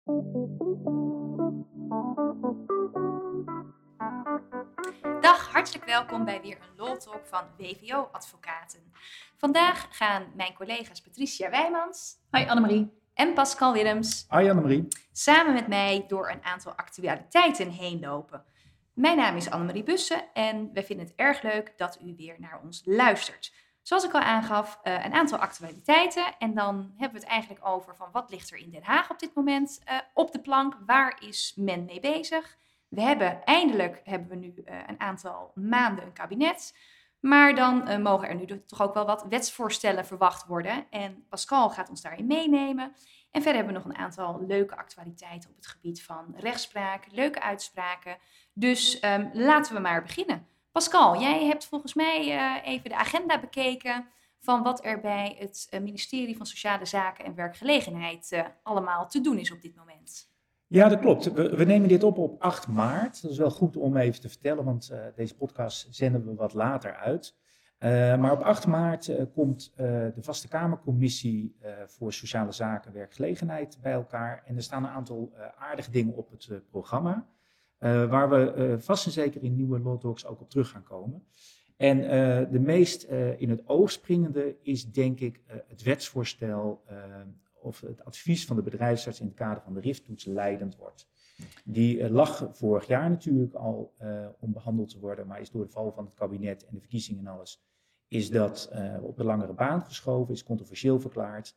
Dag, hartelijk welkom bij weer een Law Talk van WVO Advocaten. Vandaag gaan mijn collega's Patricia Wijmans. Hoi Annemarie. En Pascal Willems. Hoi Annemarie. Samen met mij door een aantal actualiteiten heen lopen. Mijn naam is Annemarie Bussen en wij vinden het erg leuk dat u weer naar ons luistert. Zoals ik al aangaf, een aantal actualiteiten. En dan hebben we het eigenlijk over van wat ligt er in Den Haag op dit moment op de plank. Waar is men mee bezig? Eindelijk hebben we nu een aantal maanden een kabinet. Maar dan mogen er nu toch ook wel wat wetsvoorstellen verwacht worden. En Pascal gaat ons daarin meenemen. En verder hebben we nog een aantal leuke actualiteiten op het gebied van rechtspraak. Leuke uitspraken. Dus laten we maar beginnen. Pascal, jij hebt volgens mij even de agenda bekeken van wat er bij het ministerie van Sociale Zaken en Werkgelegenheid allemaal te doen is op dit moment. Ja, dat klopt. We nemen dit op 8 maart. Dat is wel goed om even te vertellen, want deze podcast zenden we wat later uit. Maar op 8 maart komt de Vaste Kamercommissie voor Sociale Zaken en Werkgelegenheid bij elkaar. En er staan een aantal aardige dingen op het programma, waar we vast en zeker in nieuwe Law Talks ook op terug gaan komen. En de meest in het oog springende is denk ik het wetsvoorstel of het advies van de bedrijfsarts in het kader van de RIF-toets leidend wordt. Die lag vorig jaar natuurlijk al om behandeld te worden, maar is door de val van het kabinet en de verkiezingen en alles, is dat op de langere baan geschoven, is controversieel verklaard.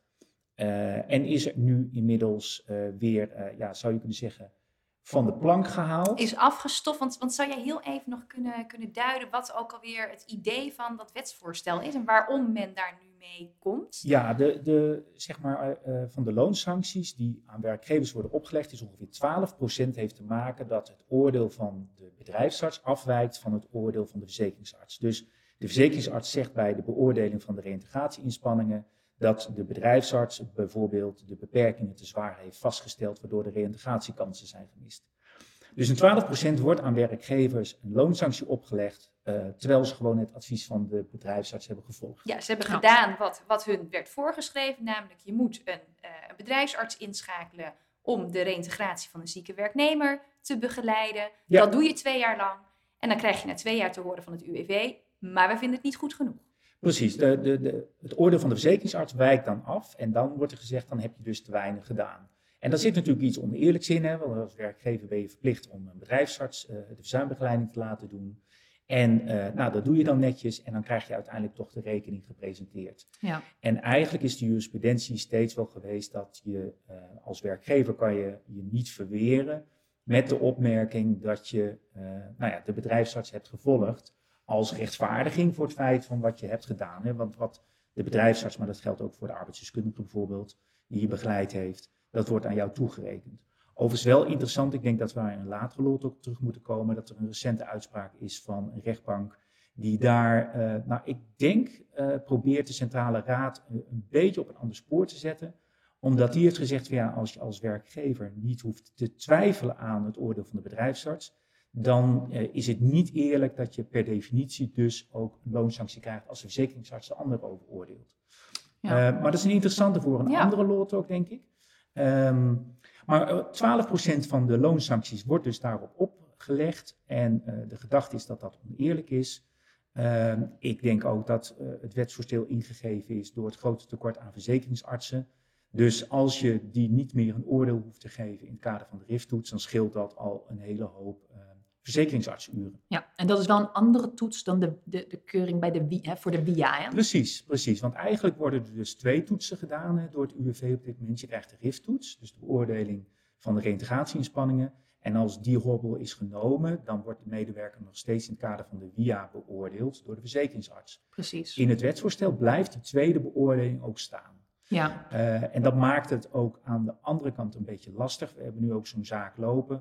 En is er nu inmiddels weer, zou je kunnen zeggen, van de plank gehaald. Is afgestoft, want zou jij heel even nog kunnen duiden wat ook alweer het idee van dat wetsvoorstel is en waarom men daar nu mee komt? Ja, van de loonsancties die aan werkgevers worden opgelegd is ongeveer 12% heeft te maken dat het oordeel van de bedrijfsarts afwijkt van het oordeel van de verzekeringsarts. Dus de verzekeringsarts zegt bij de beoordeling van de reïntegratie-inspanningen dat de bedrijfsarts bijvoorbeeld de beperkingen te zwaar heeft vastgesteld, waardoor de reïntegratiekansen zijn gemist. Dus in 12% wordt aan werkgevers een loonsanctie opgelegd, terwijl ze gewoon het advies van de bedrijfsarts hebben gevolgd. Ja, ze hebben gedaan wat hun werd voorgeschreven, namelijk je moet een bedrijfsarts inschakelen om de reïntegratie van een zieke werknemer te begeleiden. Ja. Dat doe je 2 jaar lang en dan krijg je na 2 jaar te horen van het UWV, maar we vinden het niet goed genoeg. Precies, het oordeel van de verzekeringsarts wijkt dan af en dan wordt er gezegd, dan heb je dus te weinig gedaan. En daar zit natuurlijk iets oneerlijks in, hè, want als werkgever ben je verplicht om een bedrijfsarts de verzuimbegeleiding te laten doen. En dat doe je dan netjes en dan krijg je uiteindelijk toch de rekening gepresenteerd. Ja. En eigenlijk is de jurisprudentie steeds wel geweest dat je als werkgever kan je niet verweren met de opmerking dat je de bedrijfsarts hebt gevolgd als rechtvaardiging voor het feit van wat je hebt gedaan. Hè? Want wat de bedrijfsarts, maar dat geldt ook voor de arbeidsdeskundige bijvoorbeeld, die je begeleid heeft, dat wordt aan jou toegerekend. Overigens wel interessant, ik denk dat we in een latere lot ook terug moeten komen, dat er een recente uitspraak is van een rechtbank die daar, ik denk, probeert de Centrale Raad een beetje op een ander spoor te zetten. Omdat die heeft gezegd, van, ja, als je als werkgever niet hoeft te twijfelen aan het oordeel van de bedrijfsarts, dan is het niet eerlijk dat je per definitie dus ook een loonsanctie krijgt als de verzekeringsarts de ander over oordeelt. Ja. Maar dat is een interessante voor een andere law talk, denk ik. Maar 12% van de loonsancties wordt dus daarop opgelegd en de gedachte is dat dat oneerlijk is. Ik denk ook dat het wetsvoorstel ingegeven is door het grote tekort aan verzekeringsartsen. Dus als je die niet meer een oordeel hoeft te geven in het kader van de RIF-toets, dan scheelt dat al een hele hoop verzekeringsartsuren. Ja, en dat is wel een andere toets dan de keuring bij voor de WIA, hè? Precies. Want eigenlijk worden er dus 2 toetsen gedaan door het UWV op dit moment. Je krijgt de RIF-toets, dus de beoordeling van de reïntegratie-inspanningen. En als die hobbel is genomen, dan wordt de medewerker nog steeds in het kader van de WIA beoordeeld door de verzekeringsarts. Precies. In het wetsvoorstel blijft die tweede beoordeling ook staan. Ja. En dat maakt het ook aan de andere kant een beetje lastig. We hebben nu ook zo'n zaak lopen,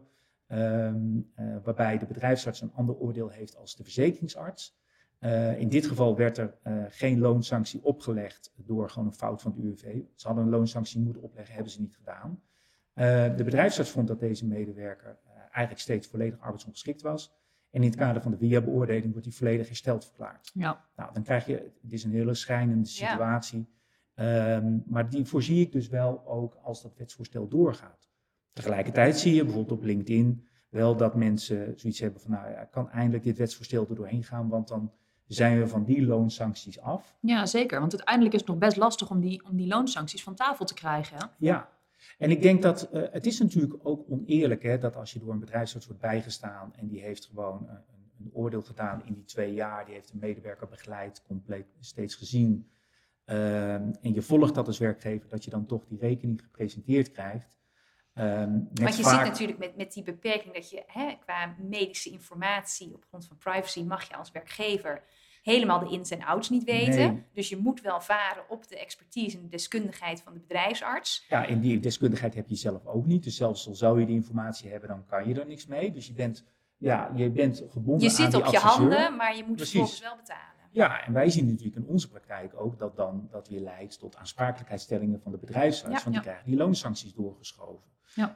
waarbij de bedrijfsarts een ander oordeel heeft als de verzekeringsarts. In dit geval werd er geen loonsanctie opgelegd door gewoon een fout van het UWV. Ze hadden een loonsanctie moeten opleggen, hebben ze niet gedaan. De bedrijfsarts vond dat deze medewerker eigenlijk steeds volledig arbeidsongeschikt was. En in het kader van de WIA-beoordeling wordt hij volledig hersteld verklaard. Ja. Nou, dan krijg je, het is een hele schrijnende situatie. Ja. Maar die voorzie ik dus wel ook als dat wetsvoorstel doorgaat. Tegelijkertijd zie je bijvoorbeeld op LinkedIn wel dat mensen zoiets hebben van, nou ja, kan eindelijk dit wetsvoorstel er doorheen gaan, want dan zijn we van die loonsancties af. Ja, zeker. Want uiteindelijk is het nog best lastig om die loonsancties van tafel te krijgen. Hè? Ja, en ik denk dat het is natuurlijk ook oneerlijk, hè, dat als je door een bedrijfsarts wordt bijgestaan en die heeft gewoon een oordeel gedaan in die 2 jaar, die heeft een medewerker begeleid, compleet steeds gezien, en je volgt dat als werkgever, dat je dan toch die rekening gepresenteerd krijgt. Want je ziet natuurlijk met die beperking dat je qua medische informatie op grond van privacy mag je als werkgever helemaal de ins en outs niet weten. Nee. Dus je moet wel varen op de expertise en de deskundigheid van de bedrijfsarts. Ja, en die deskundigheid heb je zelf ook niet. Dus zelfs al zou je die informatie hebben, dan kan je er niks mee. Dus je bent gebonden Je aan zit die op je adviseur. handen, maar je moet vervolgens wel betalen. Ja, en wij zien natuurlijk in onze praktijk ook dat weer leidt tot aansprakelijkheidsstellingen van de bedrijfsarts. Ja, want die krijgen die loonsancties doorgeschoven. Ja.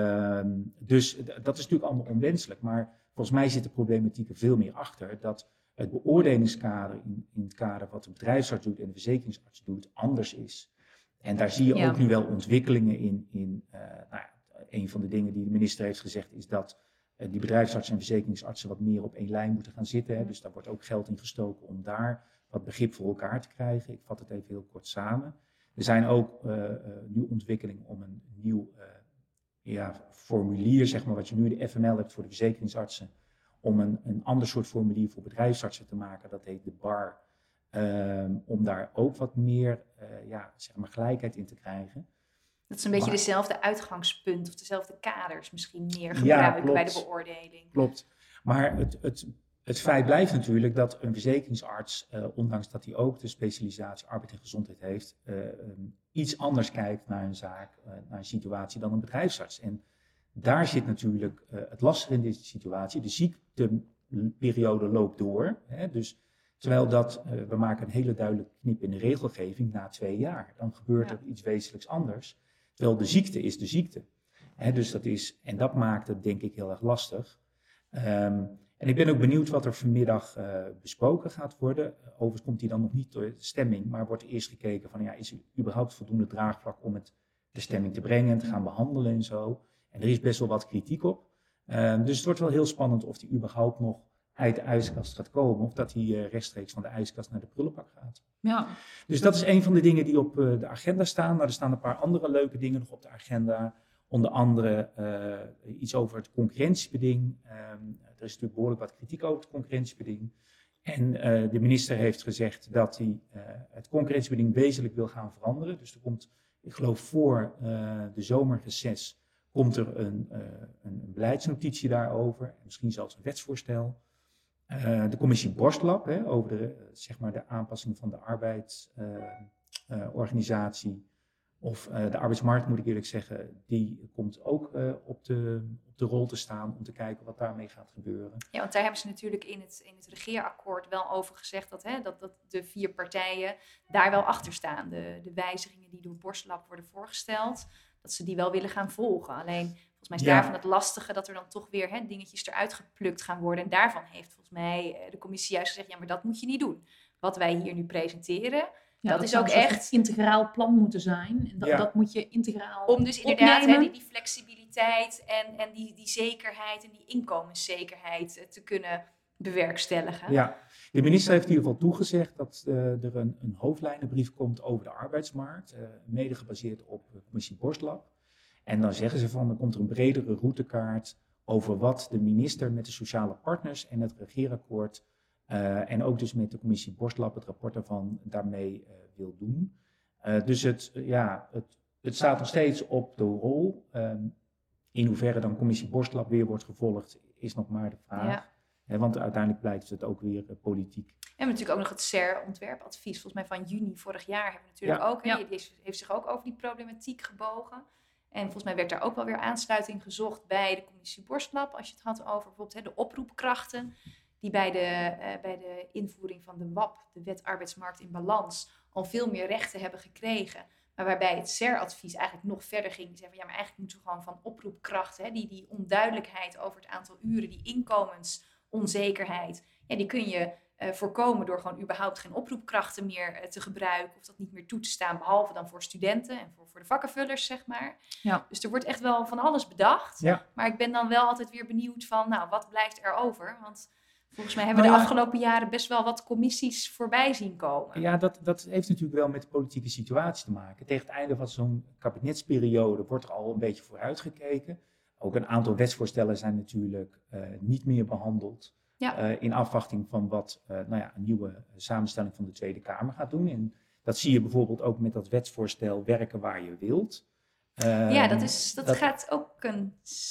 Dus dat is natuurlijk allemaal onwenselijk. Maar volgens mij zit de problematiek er veel meer achter. Dat het beoordelingskader in het kader wat de bedrijfsarts doet en de verzekeringsarts doet anders is. En daar zie je ook nu wel ontwikkelingen in. Een van de dingen die de minister heeft gezegd is dat die bedrijfsartsen en verzekeringsartsen wat meer op één lijn moeten gaan zitten. Hè. Dus daar wordt ook geld in gestoken om daar wat begrip voor elkaar te krijgen. Ik vat het even heel kort samen. Er zijn ook nu ontwikkelingen om een nieuw formulier, zeg maar, wat je nu in de FML hebt voor de verzekeringsartsen, om een ander soort formulier voor bedrijfsartsen te maken. Dat heet de BAR. Om daar ook wat meer gelijkheid in te krijgen. Dat is een beetje dezelfde uitgangspunt of dezelfde kaders misschien meer gebruiken bij de beoordeling. Klopt. Maar het feit blijft natuurlijk dat een verzekeringsarts, ondanks dat hij ook de specialisatie arbeid en gezondheid heeft, iets anders kijkt naar een zaak, naar een situatie dan een bedrijfsarts. En daar zit natuurlijk het lastige in deze situatie. De ziekteperiode loopt door. Hè, dus terwijl we maken een hele duidelijke knip in de regelgeving na 2 jaar. Dan gebeurt er iets wezenlijks anders. Terwijl de ziekte is de ziekte. En dat maakt het denk ik heel erg lastig. En ik ben ook benieuwd wat er vanmiddag besproken gaat worden. Overigens komt die dan nog niet door de stemming, maar wordt eerst gekeken van is er überhaupt voldoende draagvlak om het de stemming te brengen en te gaan behandelen en zo. En er is best wel wat kritiek op. Dus het wordt wel heel spannend of die überhaupt nog uit de ijskast gaat komen. Of dat hij rechtstreeks van de ijskast naar de prullenbak gaat. Ja. Dus dat is een van de dingen die op de agenda staan. Maar er staan een paar andere leuke dingen nog op de agenda. Onder andere iets over het concurrentiebeding. Er is natuurlijk behoorlijk wat kritiek over het concurrentiebeding. En de minister heeft gezegd dat hij het concurrentiebeding wezenlijk wil gaan veranderen. Dus er komt, ik geloof voor de zomerreces, komt er een beleidsnotitie daarover. Misschien zelfs een wetsvoorstel. De commissie Borstlab over de aanpassing van de arbeidsorganisatie. Of de arbeidsmarkt, moet ik eerlijk zeggen, die komt ook op de rol te staan om te kijken wat daarmee gaat gebeuren. Ja, want daar hebben ze natuurlijk in het regeerakkoord wel over gezegd dat de 4 partijen daar wel achter staan. De wijzigingen die door Borstlab worden voorgesteld, dat ze die wel willen gaan volgen. Alleen volgens mij is daarvan het lastige dat er dan toch weer dingetjes eruit geplukt gaan worden. En daarvan heeft volgens mij de commissie juist gezegd, ja, maar dat moet je niet doen. Wat wij hier nu presenteren, dat is ook echt een integraal plan moeten zijn. Dat moet je integraal om dus inderdaad opnemen. Die flexibiliteit en die zekerheid en die inkomenszekerheid te kunnen bewerkstelligen. Ja, de minister heeft in ieder geval toegezegd dat er een hoofdlijnenbrief komt over de arbeidsmarkt. Mede gebaseerd op de commissie Borstlab. En dan zeggen ze dan komt er een bredere routekaart over wat de minister met de sociale partners en het regeerakkoord en ook dus met de commissie Borstlab, het rapport daarvan, daarmee wil doen. Dus het staat nog steeds op de rol. In hoeverre dan commissie Borstlab weer wordt gevolgd, is nog maar de vraag. Ja. Want uiteindelijk blijft het ook weer politiek. En we hebben natuurlijk ook nog het SER-ontwerpadvies, volgens mij van juni vorig jaar hebben we natuurlijk ook. Die heeft zich ook over die problematiek gebogen. En volgens mij werd daar ook wel weer aansluiting gezocht bij de commissie Borstlab. Als je het had over bijvoorbeeld de oproepkrachten, die bij de invoering van de WAP, de Wet Arbeidsmarkt in Balans, al veel meer rechten hebben gekregen. Maar waarbij het SER-advies eigenlijk nog verder ging. Die zei van, maar eigenlijk moeten we gewoon van oproepkrachten, die onduidelijkheid over het aantal uren, die inkomensonzekerheid, die kun je voorkomen door gewoon überhaupt geen oproepkrachten meer te gebruiken of dat niet meer toe te staan, behalve dan voor studenten en voor de vakkenvullers, zeg maar. Ja. Dus er wordt echt wel van alles bedacht. Ja. Maar ik ben dan wel altijd weer benieuwd van, nou, wat blijft er over? Want volgens mij hebben we Nou de ja. afgelopen jaren best wel wat commissies voorbij zien komen. Ja, dat heeft natuurlijk wel met de politieke situatie te maken. Tegen het einde van zo'n kabinetsperiode wordt er al een beetje vooruitgekeken. Ook een aantal wetsvoorstellen zijn natuurlijk niet meer behandeld. Ja. In afwachting van wat een nieuwe samenstelling van de Tweede Kamer gaat doen. En dat zie je bijvoorbeeld ook met dat wetsvoorstel werken waar je wilt. Ja, dat gaat ook een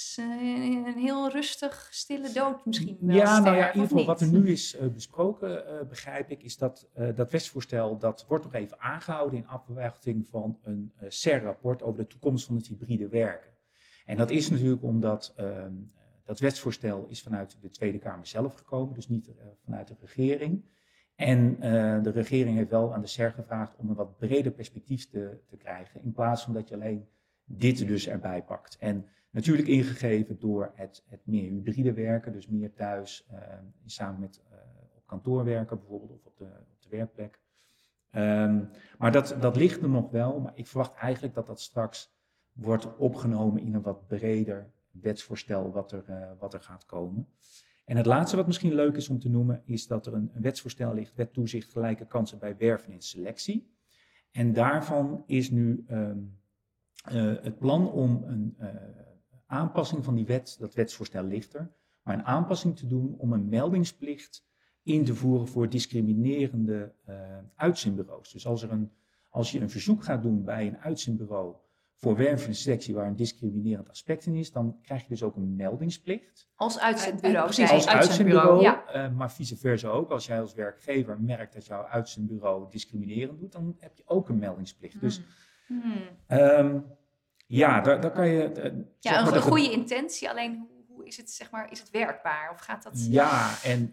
heel rustig, stille dood misschien wel Ja, sterven, in ieder of geval niet? wat er nu is besproken, begrijp ik, is dat dat wetsvoorstel, dat wordt nog even aangehouden in afwachting van een CER-rapport over de toekomst van het hybride werken. En dat is natuurlijk omdat dat wetsvoorstel is vanuit de Tweede Kamer zelf gekomen, dus niet vanuit de regering. En de regering heeft wel aan de CER gevraagd om een wat breder perspectief te krijgen, in plaats van dat je alleen dit dus erbij pakt. En natuurlijk ingegeven door het meer hybride werken, dus meer thuis, samen met op kantoor werken bijvoorbeeld, of op de werkplek. Maar dat ligt er nog wel, maar ik verwacht eigenlijk dat dat straks wordt opgenomen in een wat breder wetsvoorstel wat er gaat komen. En het laatste wat misschien leuk is om te noemen, is dat er een wetsvoorstel ligt, wet toezicht gelijke kansen bij werven en selectie. En daarvan is nu het plan om een aanpassing van die wet, dat wetsvoorstel ligt er, maar een aanpassing te doen om een meldingsplicht in te voeren voor discriminerende uitzendbureaus. Dus als je een verzoek gaat doen bij een uitzendbureau voor werven en selectie waar een discriminerend aspect in is, dan krijg je dus ook een meldingsplicht. Als uitzendbureau. Precies, zei Als je. uitzendbureau, Ja. maar vice versa ook. Als jij als werkgever merkt dat jouw uitzendbureau discriminerend doet, dan heb je ook een meldingsplicht. Dus daar kan je... Ja, een goede intentie, alleen hoe is het, zeg maar, is het werkbaar? Of gaat dat... Ja, en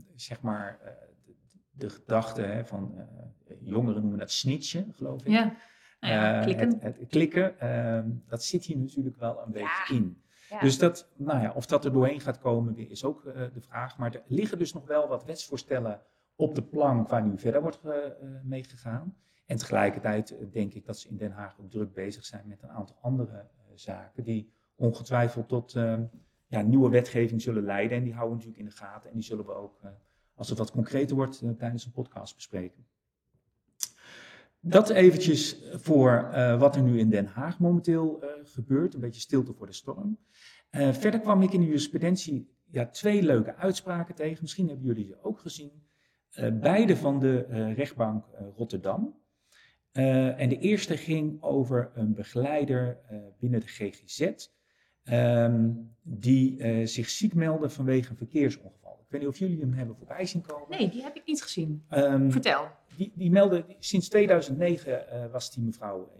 de gedachte van jongeren noemen dat snitchen, geloof ik. Ja. Nou ja, klikken. Het klikken, dat zit hier natuurlijk wel een beetje in. Ja. Dus of dat er doorheen gaat komen, is ook de vraag. Maar er liggen dus nog wel wat wetsvoorstellen op de plank waar nu verder wordt mee gegaan. En tegelijkertijd denk ik dat ze in Den Haag ook druk bezig zijn met een aantal andere zaken die ongetwijfeld tot nieuwe wetgeving zullen leiden. En die houden we natuurlijk in de gaten en die zullen we ook, als het wat concreter wordt, tijdens een podcast bespreken. Dat eventjes voor wat er nu in Den Haag momenteel gebeurt. Een beetje stilte voor de storm. Verder kwam ik in de jurisprudentie 2 leuke uitspraken tegen. Misschien hebben jullie ze ook gezien. Beide van de rechtbank Rotterdam. En de eerste ging over een begeleider binnen de GGZ. Die zich ziek meldde vanwege een verkeersongeval. Ik weet niet of jullie hem hebben voorbij zien komen. Nee, die heb ik niet gezien. Vertel. Die meldde, sinds 2009 was die mevrouw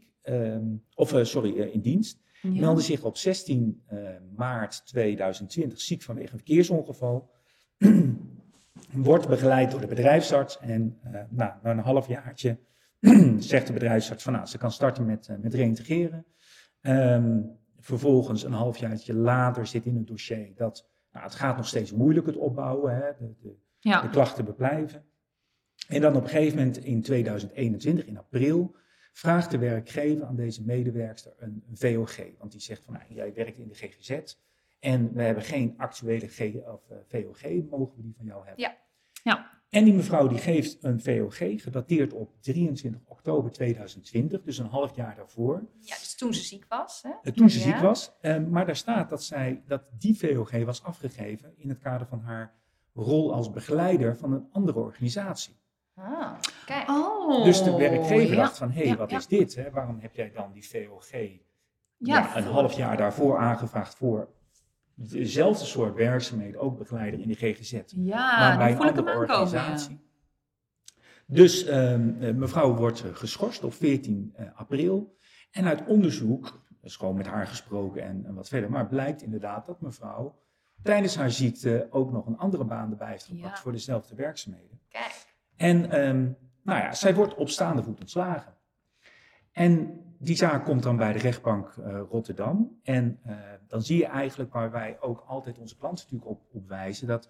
in dienst. Ja. Meldde zich op 16 maart 2020 ziek vanwege een verkeersongeval. Wordt begeleid door de bedrijfsarts. En na een halfjaartje zegt de bedrijfsarts van ze kan starten met reïntegreren. Vervolgens een halfjaartje later zit in het dossier dat het gaat nog steeds moeilijk het opbouwen. Hè, de klachten beplijven. En dan op een gegeven moment in 2021, in april, vraagt de werkgever aan deze medewerkster een VOG. Want die zegt van, jij werkt in de GGZ en we hebben geen actuele VOG, mogen we die van jou hebben? Ja. En die mevrouw die geeft een VOG, gedateerd op 23 oktober 2020, dus een half jaar daarvoor. Ja, dus toen ze ziek was. Hè? Toen ze ziek was. Maar daar staat dat die VOG was afgegeven in het kader van haar rol als begeleider van een andere organisatie. Ah, kijk. Oh, Dus de werkgever dacht van, wat ja. is dit? Hè? Waarom heb jij dan die VOG een half jaar daarvoor aangevraagd voor dezelfde soort werkzaamheden, ook begeleider in de GGZ, maar bij een andere organisatie. Dus mevrouw wordt geschorst op 14 april. En uit onderzoek, is gewoon met haar gesproken en wat verder, maar blijkt inderdaad dat mevrouw tijdens haar ziekte ook nog een andere baan erbij heeft gepakt voor dezelfde werkzaamheden. Kijk. En zij wordt op staande voet ontslagen. En die zaak komt dan bij de rechtbank Rotterdam. En dan zie je eigenlijk, waar wij ook altijd onze klanten natuurlijk op wijzen, dat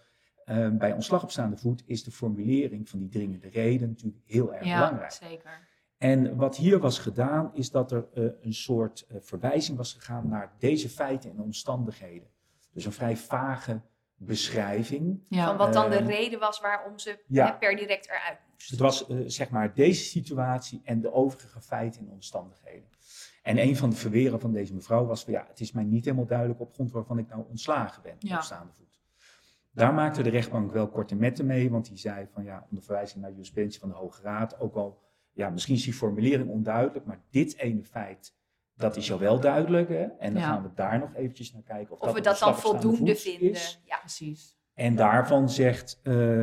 Bij ontslag op staande voet is de formulering van die dringende reden natuurlijk heel erg Ja, belangrijk. zeker. En wat hier was gedaan, is dat er een soort verwijzing was gegaan naar deze feiten en omstandigheden. Dus een vrij vage beschrijving. Ja. Van wat dan de Ehm, reden was waarom ze ja. per direct eruit moest. Het was zeg maar deze situatie en de overige feiten en omstandigheden. En een van de verweren van deze mevrouw was van ja, het is mij niet helemaal duidelijk op grond waarvan ik nou ontslagen ben Ja. op staande voet. Daar maakte de rechtbank wel korte metten mee, want die zei van ja, onder verwijzing naar jurisprudentie van de Hoge Raad, ook al, ja, misschien is die formulering onduidelijk, maar dit ene feit, dat is jou wel duidelijk. Hè? En dan Ja. gaan we daar nog eventjes naar kijken Of we een dat dan ontslag op staande voldoende voet vinden. is. Ja. Precies. En daarvan zegt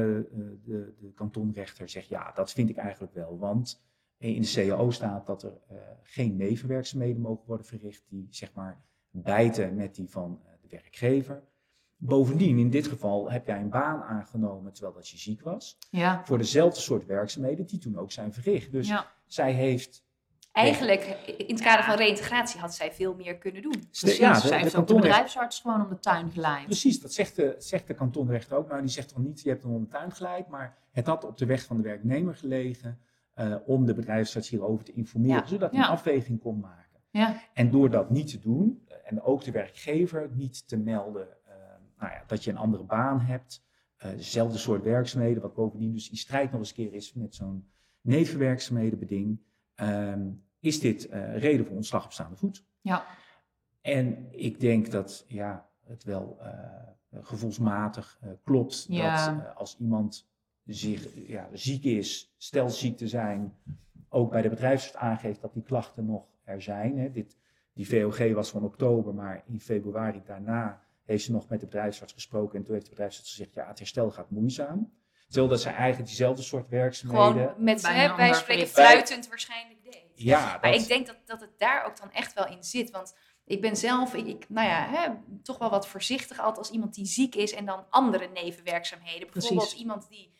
de kantonrechter, zegt ja, dat vind ik eigenlijk wel. Want in de CAO staat dat er geen nevenwerkzaamheden mogen worden verricht die zeg maar bijten met die van de werkgever. Bovendien, in dit geval heb jij een baan aangenomen terwijl dat je ziek was. Ja. Voor dezelfde soort werkzaamheden die toen ook zijn verricht. Dus Ja. zij heeft... Eigenlijk, in het kader van reïntegratie, had zij veel meer kunnen doen. Precies. Ja, Zij heeft ook de kantonrechter- bedrijfsarts gewoon om de tuin geleid. Precies, dat zegt de kantonrechter ook. Nou, die zegt toch niet, je hebt hem om de tuin geleid, maar het had op de weg van de werknemer gelegen om de bedrijfsarts hierover te informeren, Ja. zodat hij een Ja. afweging kon maken. Ja. En door dat niet te doen, en ook de werkgever niet te melden dat je een andere baan hebt, dezelfde soort werkzaamheden, wat bovendien dus in strijd nog eens een keer is met zo'n nevenwerkzaamhedenbeding, is dit reden voor ontslag op staande voet. Ja. En ik denk dat het wel gevoelsmatig klopt Ja. dat als iemand ziek is, stelt ziek te zijn, ook bij de bedrijfsarts aangeeft dat die klachten nog er zijn. Hè. Die VOG was van oktober, maar in februari daarna heeft ze nog met de bedrijfsarts gesproken en toen heeft de bedrijfsarts gezegd, ja, het herstel gaat moeizaam. Terwijl dat zij eigenlijk diezelfde soort werkzaamheden... Gewoon met, Bij een wij ander spreken verricht. fluitend waarschijnlijk deed. Ja, Maar dat- ik denk dat het daar ook dan echt wel in zit. Want ik ben zelf, toch wel wat voorzichtig altijd als iemand die ziek is en dan andere nevenwerkzaamheden. Bijvoorbeeld Precies. iemand die,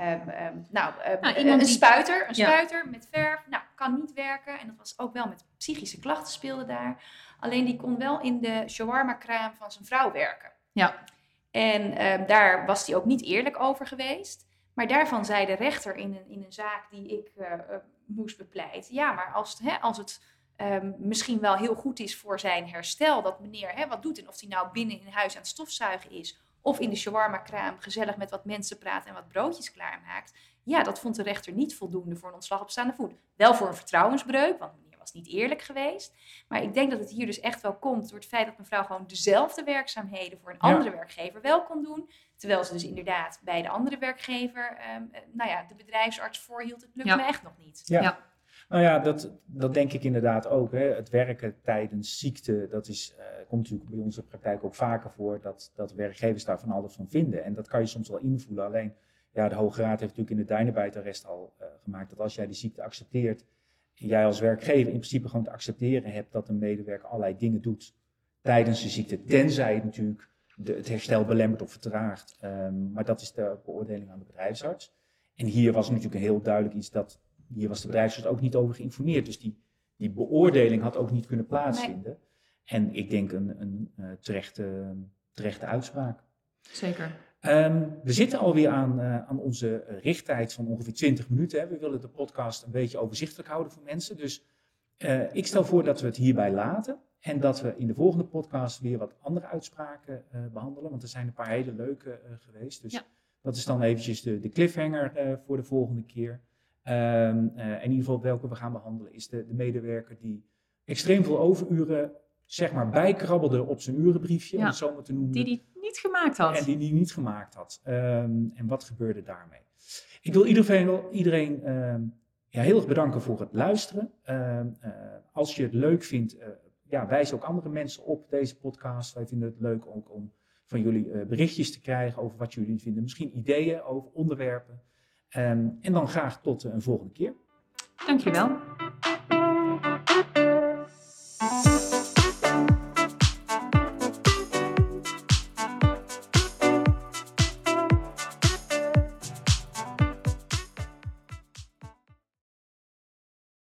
iemand een die- spuiter met verf, kan niet werken. En dat was ook wel met psychische klachten speelde daar. Alleen die kon wel in de shawarma-kraam van zijn vrouw werken. Ja. En daar was hij ook niet eerlijk over geweest. Maar daarvan zei de rechter in een zaak die ik moest bepleiten. Ja, maar als het misschien wel heel goed is voor zijn herstel, dat meneer wat doet en of hij nou binnen in huis aan het stofzuigen is of in de shawarma-kraam gezellig met wat mensen praat en wat broodjes klaarmaakt. Ja, dat vond de rechter niet voldoende voor een ontslag op staande voet. Wel voor een vertrouwensbreuk, want meneer was niet eerlijk geweest. Maar ik denk dat het hier dus echt wel komt door het feit dat mevrouw gewoon dezelfde werkzaamheden voor een andere werkgever wel kon doen. Terwijl ze dus inderdaad bij de andere werkgever de bedrijfsarts voorhield. Het lukt Ja. me echt nog niet. Ja. Ja. Nou ja, dat denk ik inderdaad ook. Hè. Het werken tijdens ziekte, komt natuurlijk bij onze praktijk ook vaker voor, dat werkgevers daar van alles van vinden. En dat kan je soms wel invoelen. Alleen, de Hoge Raad heeft natuurlijk in het Deinarbeidarrest al gemaakt dat als jij die ziekte accepteert, jij als werkgever in principe gewoon te accepteren hebt dat een medewerker allerlei dingen doet tijdens de ziekte, tenzij het natuurlijk het herstel belemmert of vertraagt. Maar dat is de beoordeling aan de bedrijfsarts. En hier was natuurlijk een heel duidelijk iets hier was de bedrijfsarts ook niet over geïnformeerd. Dus die beoordeling had ook niet kunnen plaatsvinden. Nee. En ik denk een terechte uitspraak. Zeker. We zitten alweer aan onze richttijd van ongeveer 20 minuten. Hè. We willen de podcast een beetje overzichtelijk houden voor mensen. Dus ik stel voor dat we het hierbij laten. En dat we in de volgende podcast weer wat andere uitspraken behandelen. Want er zijn een paar hele leuke geweest. Dus dat is dan eventjes de cliffhanger voor de volgende keer. In ieder geval welke we gaan behandelen is de medewerker die extreem veel overuren zeg maar bijkrabbelde op zijn urenbriefje, om het zo maar te noemen. Die niet gemaakt had. En die niet gemaakt had. En wat gebeurde daarmee? Ik wil iedereen heel erg bedanken voor het luisteren. Als je het leuk vindt, wijs ook andere mensen op deze podcast. Wij vinden het leuk ook om van jullie berichtjes te krijgen over wat jullie vinden. Misschien ideeën over onderwerpen. En dan graag tot een volgende keer. Dankjewel.